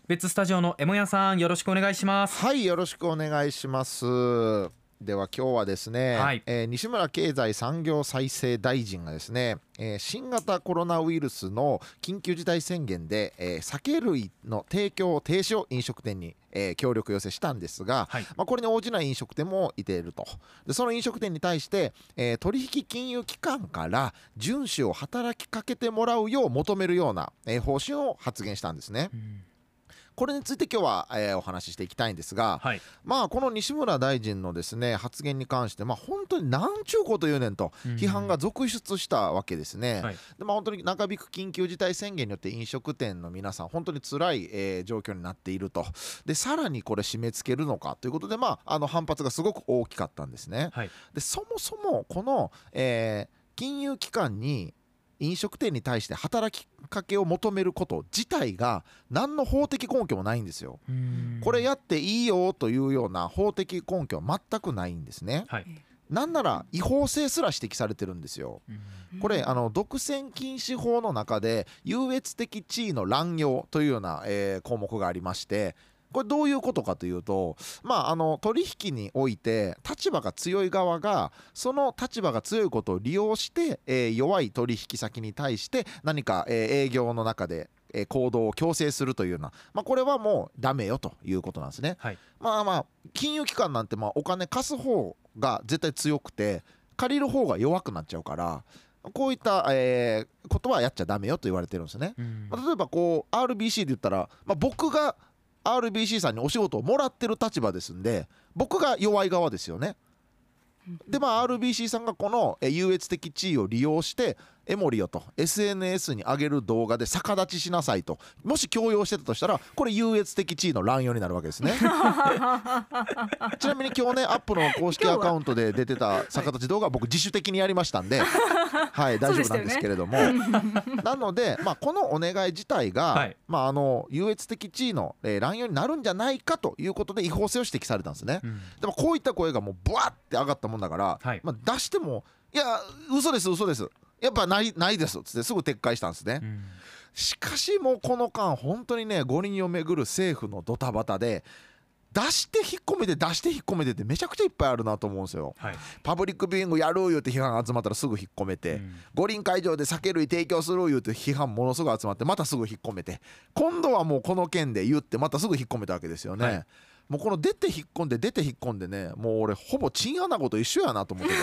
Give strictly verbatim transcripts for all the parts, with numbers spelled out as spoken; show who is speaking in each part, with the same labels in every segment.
Speaker 1: 別スタジオのエモヤさん、よろしくお願いします。
Speaker 2: はい、よろしくお願いします。では今日はですね、
Speaker 1: はい
Speaker 2: えー西村経済産業再生大臣がですね、えー新型コロナウイルスの緊急事態宣言で、えー酒類の提供停止を飲食店に、えー協力要請したんですが、
Speaker 1: はい
Speaker 2: まあ、これに応じない飲食店もいていると。でその飲食店に対して、えー取引金融機関から遵守を働きかけてもらうよう求めるような、えー方針を発言したんですね。
Speaker 1: うん
Speaker 2: これについて今日は、えーお話ししていきたいんですが、
Speaker 1: はい
Speaker 2: まあこの西村大臣のですね発言に関して、まあ本当になんちゅうこと言うねんと批判が続出したわけですね。
Speaker 1: はい
Speaker 2: でまあ本当に長引く緊急事態宣言によって飲食店の皆さん本当に辛い、えー状況になっていると。でさらにこれ締め付けるのかということで、まああの反発がすごく大きかったんですね。
Speaker 1: はい
Speaker 2: でそもそもこの、えー金融機関に飲食店に対して働きかけを求めること自体が何の法的根拠もないんですよ。
Speaker 1: うん
Speaker 2: これやっていいよというような法的根拠は全くないんですね。
Speaker 1: はい
Speaker 2: なんなら違法性すら指摘されてるんですよ。
Speaker 1: うん
Speaker 2: これあの独占禁止法の中で優越的地位の乱用というような、えー項目がありまして、これどういうことかというと、まあ、あの取引において立場が強い側がその立場が強いことを利用して、えー弱い取引先に対して何か、えー営業の中で、えー行動を強制するというような、まあ、これはもうダメよということなんですね。
Speaker 1: はい
Speaker 2: まあまあ金融機関なんてまあお金貸す方が絶対強くて借りる方が弱くなっちゃうから、こういった、えーことはやっちゃダメよと言われてるんですね。
Speaker 1: うん
Speaker 2: まあ例えばこう アールビーシー で言ったら、まあ、僕が アールビーシー さんにお仕事をもらってる立場ですんで僕が弱い側ですよね。でまあ アールビーシー さんがこのえ優越的地位を利用してエモリよと エスエヌエス に上げる動画で逆立ちしなさいともし強要してたとしたらこれ優越的地位の乱用になるわけですね。ちなみに今日ねアップの公式アカウントで出てた逆立ち動画は僕自主的にやりましたんではい大丈夫なんですけれども、なので、まあ、このお願い自体が、
Speaker 1: はい
Speaker 2: まあ、あの優越的地位の、えー乱用になるんじゃないかということで違法性を指摘されたんですね。
Speaker 1: うん
Speaker 2: でもこういった声がもうブワッて上がったもんだから、
Speaker 1: はい
Speaker 2: まあ、出してもいや嘘です嘘ですやっぱないないですっつってすぐ撤回したんですね。
Speaker 1: うん
Speaker 2: しかしもうこの間本当にね五輪をめぐる政府のドタバタで出して引っ込めて出して引っ込めてってめちゃくちゃいっぱいあるなと思うんですよ。
Speaker 1: はい
Speaker 2: パブリックビューイングやる言うて批判集まったらすぐ引っ込めて、
Speaker 1: うん
Speaker 2: 五輪会場で酒類提供する言うて批判ものすごい集まってまたすぐ引っ込めて今度はもうこの件で言ってまたすぐ引っ込めたわけですよね。
Speaker 1: はい
Speaker 2: もうこの出て引っ込んで出て引っ込んでねもう俺ほぼチンアナゴと一緒やなと思って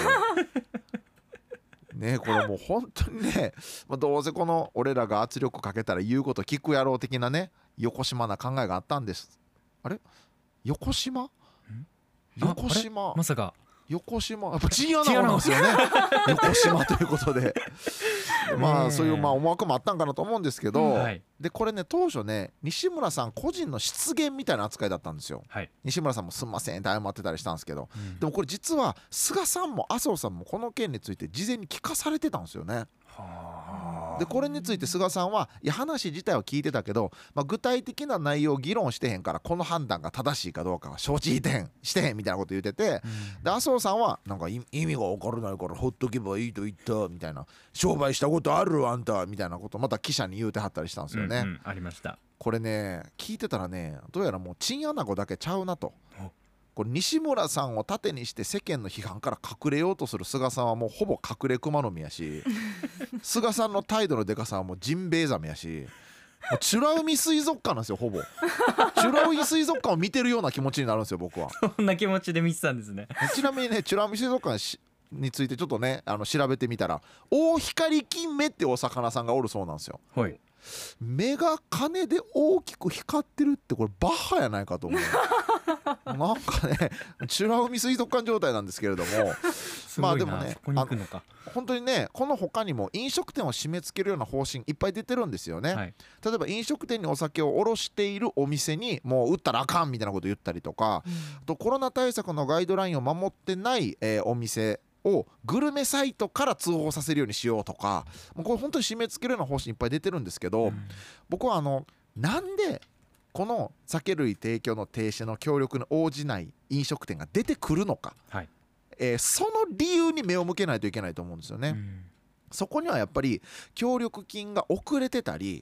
Speaker 2: ねこれもう本当にね、まあ、どうせこの俺らが圧力かけたら言うこと聞くやろう的なね横島な考えがあったんです。あれ横島
Speaker 1: あ
Speaker 2: 横島
Speaker 1: あれまさか
Speaker 2: 横島やっぱチンアナゴなんですよね横島ということでまあそういうまあ思惑もあったんかなと思うんですけど、
Speaker 1: はい
Speaker 2: でこれね当初ね西村さん個人の失言みたいな扱いだったんですよ。
Speaker 1: はい
Speaker 2: 西村さんもすんませんって謝ってたりしたんですけど、
Speaker 1: うん
Speaker 2: でもこれ実は菅さんも麻生さんもこの件について事前に聞かされてたんですよね。
Speaker 1: は
Speaker 2: でこれについて菅さんはいや話自体は聞いてたけど、まあ、具体的な内容を議論してへんからこの判断が正しいかどうかは承知してへんしてへんみたいなこと言ってて、で麻生さんはなんか意意味が分からないからほっとけばいいと言ったみたいな商売したことあるあんたみたいなことまた記者に言うてはったりしたんですよね。
Speaker 1: うんうんありました。
Speaker 2: これね聞いてたらねどうやらもうチンアナゴだけちゃうなと。
Speaker 1: お
Speaker 2: これ西村さんを盾にして世間の批判から隠れようとする菅さんはもうほぼ隠れ熊の実やし菅さんの態度のでかさはもうジンベエザメやしもう美ら海水族館なんですよほぼ美ら海水族館を見てるような気持ちになるんですよ僕は。
Speaker 1: そんな気持ちで見てたんですね。
Speaker 2: ちなみにね美ら海水族館しについてちょっとねあの調べてみたら大光金目ってお魚さんがおるそうなんですよ。
Speaker 1: はい
Speaker 2: 目が金で大きく光ってるってこれバッハやないかと思うなんかね美ら海水族館状態なんですけれども
Speaker 1: すごいな、
Speaker 2: まあでもね
Speaker 1: そこに行くのか。
Speaker 2: 本当にねこの他にも飲食店を締め付けるような方針いっぱい出てるんですよね、
Speaker 1: はい
Speaker 2: 例えば飲食店にお酒を卸しているお店にもう売ったらあかんみたいなこと言ったりとか、あとコロナ対策のガイドラインを守ってない、えーお店をグルメサイトから通報させるようにしようとかもうこれ本当に締め付けるような方針いっぱい出てるんですけど、
Speaker 1: うん
Speaker 2: 僕はあのなんでこの酒類提供の停止の協力に応じない飲食店が出てくるのか、
Speaker 1: はい
Speaker 2: えーその理由に目を向けないといけないと思うんですよね、
Speaker 1: うん
Speaker 2: そこにはやっぱり協力金が遅れてたり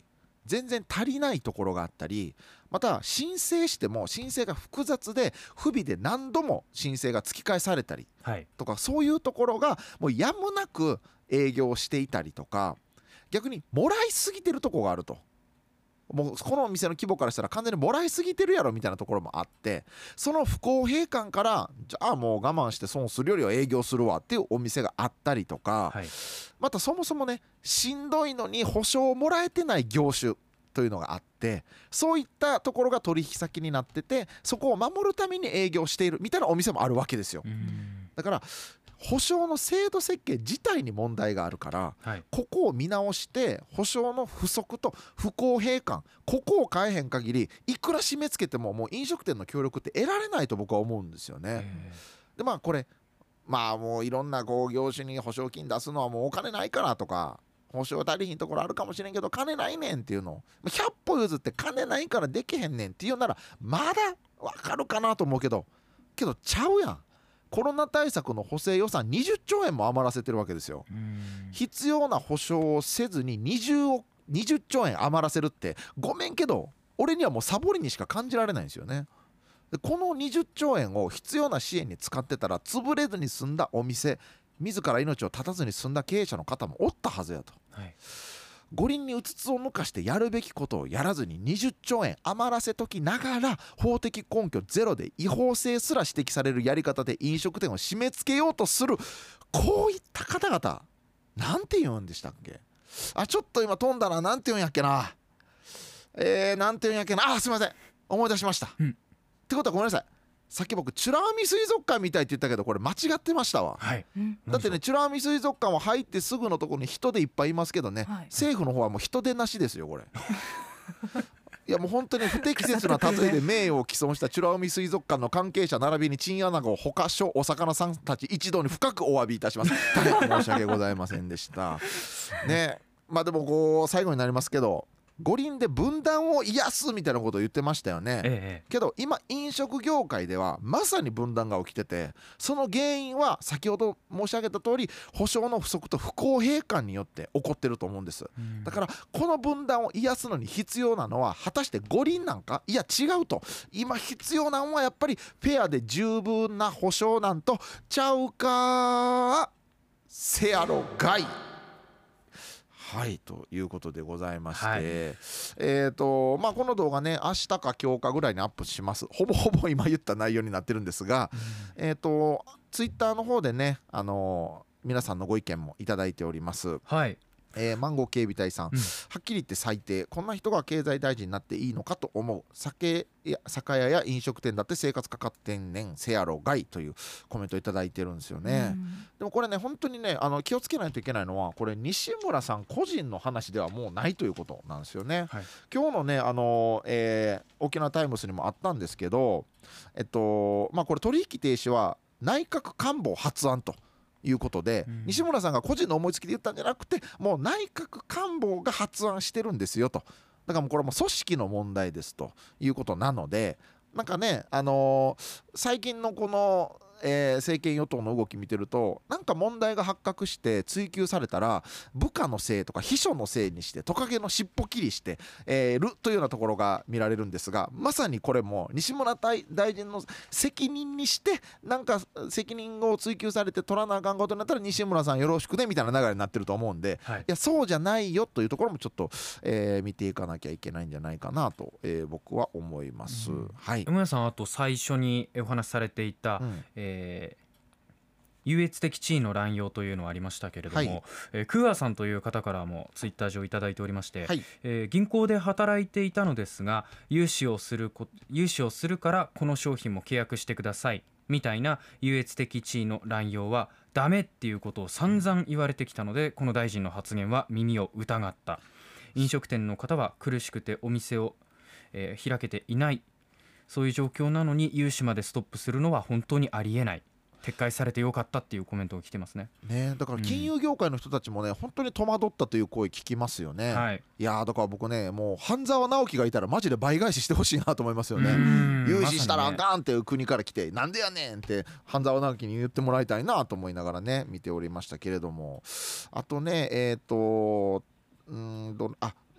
Speaker 2: 全然足りないところがあったり、また申請しても申請が複雑で不備で何度も申請が突き返されたり
Speaker 1: はい
Speaker 2: とか、そういうところがもうやむなく営業していたりとか、逆にもらいすぎてるところがあると、もうこのお店の規模からしたら完全にもらいすぎてるやろみたいなところもあって、その不公平感からじゃあもう我慢して損するよりは営業するわっていうお店があったりとか、
Speaker 1: はい
Speaker 2: またそもそもねしんどいのに保証をもらえてない業種というのがあって、そういったところが取引先になってて、そこを守るために営業しているみたいなお店もあるわけですよ。
Speaker 1: うん
Speaker 2: だから保証の制度設計自体に問題があるから、
Speaker 1: はい
Speaker 2: ここを見直して保証の不足と不公平感、ここを変えへん限りいくら締め付けてももう飲食店の協力って得られないと僕は思うんですよね。
Speaker 1: え
Speaker 2: でまあこれまあもういろんなこう業種に保証金出すのはもうお金ないからとか、保証足りひんところあるかもしれんけど金ないねんっていうのひゃっぽ譲って金ないからできへんねんっていうならまだわかるかなと思うけど、けどちゃうやん。コロナ対策の補正予算にじゅっちょうえんも余らせてるわけですよ。
Speaker 1: ーうん
Speaker 2: 必要な保証をせずににじゅうおくにじゅっちょうえん余らせるってごめんけど俺にはもうサボりにしか感じられないんですよね。でこのにじゅっちょうえんを必要な支援に使ってたら潰れずに済んだお店、自ら命を絶たずに済んだ経営者の方もおったはずやと。
Speaker 1: はい
Speaker 2: 五輪にうつつを抜かしてやるべきことをやらずににじゅっちょうえん余らせときながら法的根拠ゼロで違法性すら指摘されるやり方で飲食店を締め付けようとする、こういった方々なんて言うんでしたっけ。あちょっと今飛んだな、なんて言うんやっけな、えー、なんて言うんやっけな、あすいません思い出しました、
Speaker 1: うん
Speaker 2: ってことはごめんなさい、さっき僕チュラミ水族館みたいって言ったけどこれ間違ってましたわ。
Speaker 1: はい
Speaker 3: うん
Speaker 2: だってねチュラミ水族館は入ってすぐのところに人でいっぱいいますけどね、
Speaker 3: はい
Speaker 2: 政府の方はもう人手なしですよこれいやもう本当に不適切な例えで名誉を毀損した美ら海水族館の関係者並びにチンアナゴほかしょお魚さんたち一同に深くお詫びいたします大変申し訳ございませんでしたね。まあでもこう最後になりますけど、五輪で分断を癒すみたいなことを言ってましたよね、
Speaker 1: ええ
Speaker 2: けど今飲食業界ではまさに分断が起きてて、その原因は先ほど申し上げた通り保証の不足と不公平感によって起こってると思うんです。
Speaker 1: うん
Speaker 2: だからこの分断を癒すのに必要なのは果たして五輪なんか、いや違うと、今必要なのはやっぱりフェアで十分な保証なんとちゃうかせやろがい。はいということでございまして、
Speaker 1: はい
Speaker 2: えーとまあこの動画ね明日か今日かぐらいにアップします。ほぼほぼ今言った内容になってるんですが、えーとツイッターの方でね、あのー皆さんのご意見もいただいております。
Speaker 1: はい
Speaker 2: えーマンゴー警備隊さん、
Speaker 1: うん
Speaker 2: はっきり言って最低、こんな人が経済大臣になっていいのかと思う、酒や酒屋や飲食店だって生活かかってんねんせやろがいというコメントいただいてるんですよね、でもこれね本当にねあの気をつけないといけないのはこれ西村さん個人の話ではもうないということなんですよね。
Speaker 1: はい
Speaker 2: 今日のねあの、えー沖縄タイムスにもあったんですけど、えっとまあこれ取引停止は内閣官房発案ということで、
Speaker 1: うん
Speaker 2: 西村さんが個人の思いつきで言ったんじゃなくてもう内閣官房が発案してるんですよと。だからもうこれはもう組織の問題ですということなので、なんかねあのー最近のこの、えー政権与党の動き見てるとなんか問題が発覚して追及されたら部下のせいとか秘書のせいにしてトカゲの尻尾切りして、えーるというようなところが見られるんですが、まさにこれも西村大大臣の責任にしてなんか責任を追及されて取らなあかんことになったら西村さんよろしくねみたいな流れになってると思うんで、
Speaker 1: はい
Speaker 2: いやそうじゃないよというところもちょっと、えー見ていかなきゃいけないんじゃないかなと、えー僕は思います、
Speaker 1: うん
Speaker 2: はい、
Speaker 1: 梅谷さん、あと最初にお話しされていた、
Speaker 2: うん
Speaker 1: えー優越的地位の乱用というのはありましたけれども、
Speaker 2: はい
Speaker 1: えークーアさんという方からもツイッター上いただいておりまして、
Speaker 2: はい
Speaker 1: えー銀行で働いていたのですが融資をするこ融資をするからこの商品も契約してくださいみたいな優越的地位の乱用はダメっていうことを散々言われてきたので、この大臣の発言は耳を疑った。飲食店の方は苦しくてお店を、えー開けていない、そういう状況なのに融資までストップするのは本当にありえない、撤回されてよかったっていうコメントが来てますね。
Speaker 2: ね、だから金融業界の人たちもね、本当に戸惑ったという声聞きますよね、
Speaker 1: はい、
Speaker 2: いやーだから僕ねもう半沢直樹がいたらマジで倍返ししてほしいなと思いますよね。
Speaker 1: うん
Speaker 2: 融資したらあ
Speaker 1: まさにね
Speaker 2: かんっていう国から来て、なんでやねんって半沢直樹に言ってもらいたいなと思いながらね見ておりましたけれども、あとねえっ、とうーんどあ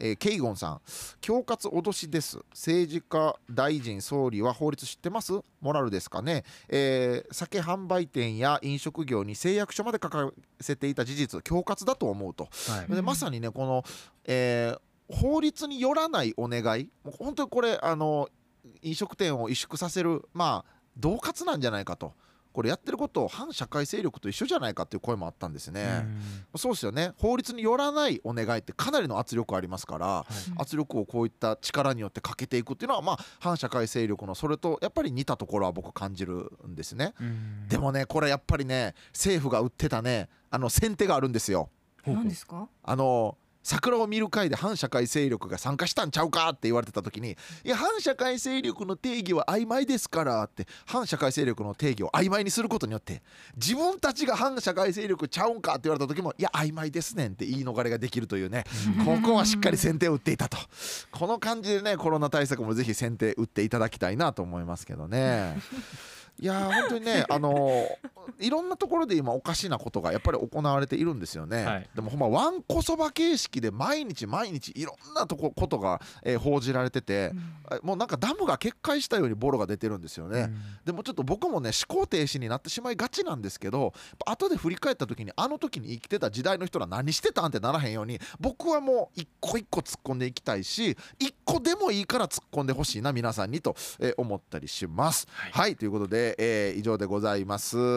Speaker 2: えー、ケイゴンさん、恐喝脅しです。政治家大臣総理は法律知ってます？モラルですかね。えー、酒販売店や飲食業に誓約書まで書かせていた事実、恐喝だと思うと、はい、でまさにねこの、えー、法律によらないお願い、もう本当にこれあの飲食店を萎縮させるまあ恫喝なんじゃないかと、これやってることを反社会勢力と一緒じゃないかっていう声もあったんですね。うそうですよね。法律によらないお願いってかなりの圧力ありますから、はい、圧力をこういった力によってかけていくっていうのは、まあ、反社会勢力のそれとやっぱり似たところは僕感じるんですね。でもねこれやっぱりね政府が売ってたねあの先手があるんですよ。
Speaker 3: 何ですか？
Speaker 2: あの桜を見る会で反社会勢力が参加したんちゃうかって言われてた時に、いや反社会勢力の定義は曖昧ですからって、反社会勢力の定義を曖昧にすることによって自分たちが反社会勢力ちゃうんかって言われた時も、いや曖昧ですねんって言い逃れができるというね、ここはしっかり先手を打っていたと。この感じでねコロナ対策もぜひ先手打っていただきたいなと思いますけどね。いや本当にねあのいろんなところで今おかしなことがやっぱり行われているんですよね、はい、でもほんまわんこそば形式で毎日毎日いろんなとこことが、えー、報じられてて、うん、もうなんかダムが決壊したようにボロが出てるんですよね、うん、でもちょっと僕もね思考停止になってしまいがちなんですけど、後で振り返った時にあの時に生きてた時代の人ら何してたんってならへんように、僕はもう一個一個突っ込んでいきたいし、一個でもいいから突っ込んでほしいな皆さんにと、えー、思ったりします。はい、はい、ということでえー、以上でございます。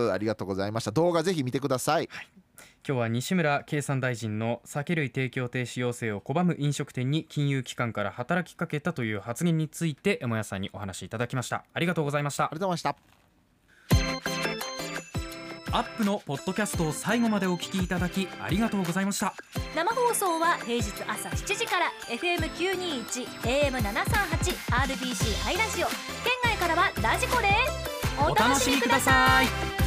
Speaker 2: ありがとうございました。動画ぜひ見てください。はい、
Speaker 1: 今日は西村経産大臣の酒類提供停止要請を拒む飲食店に金融機関から働きかけたという発言についてもやさんにお話しいただきました。ありがとうございました。
Speaker 2: ありがとうございました。
Speaker 1: アップのポッドキャストを最後までお聞きいただきありがとうございました。
Speaker 3: 生放送は平日朝しちじから エフエムきゅうにいち エーエムななさんはち アールビーシー ハイラジオ、県外からはラジコです。
Speaker 1: お楽しみください。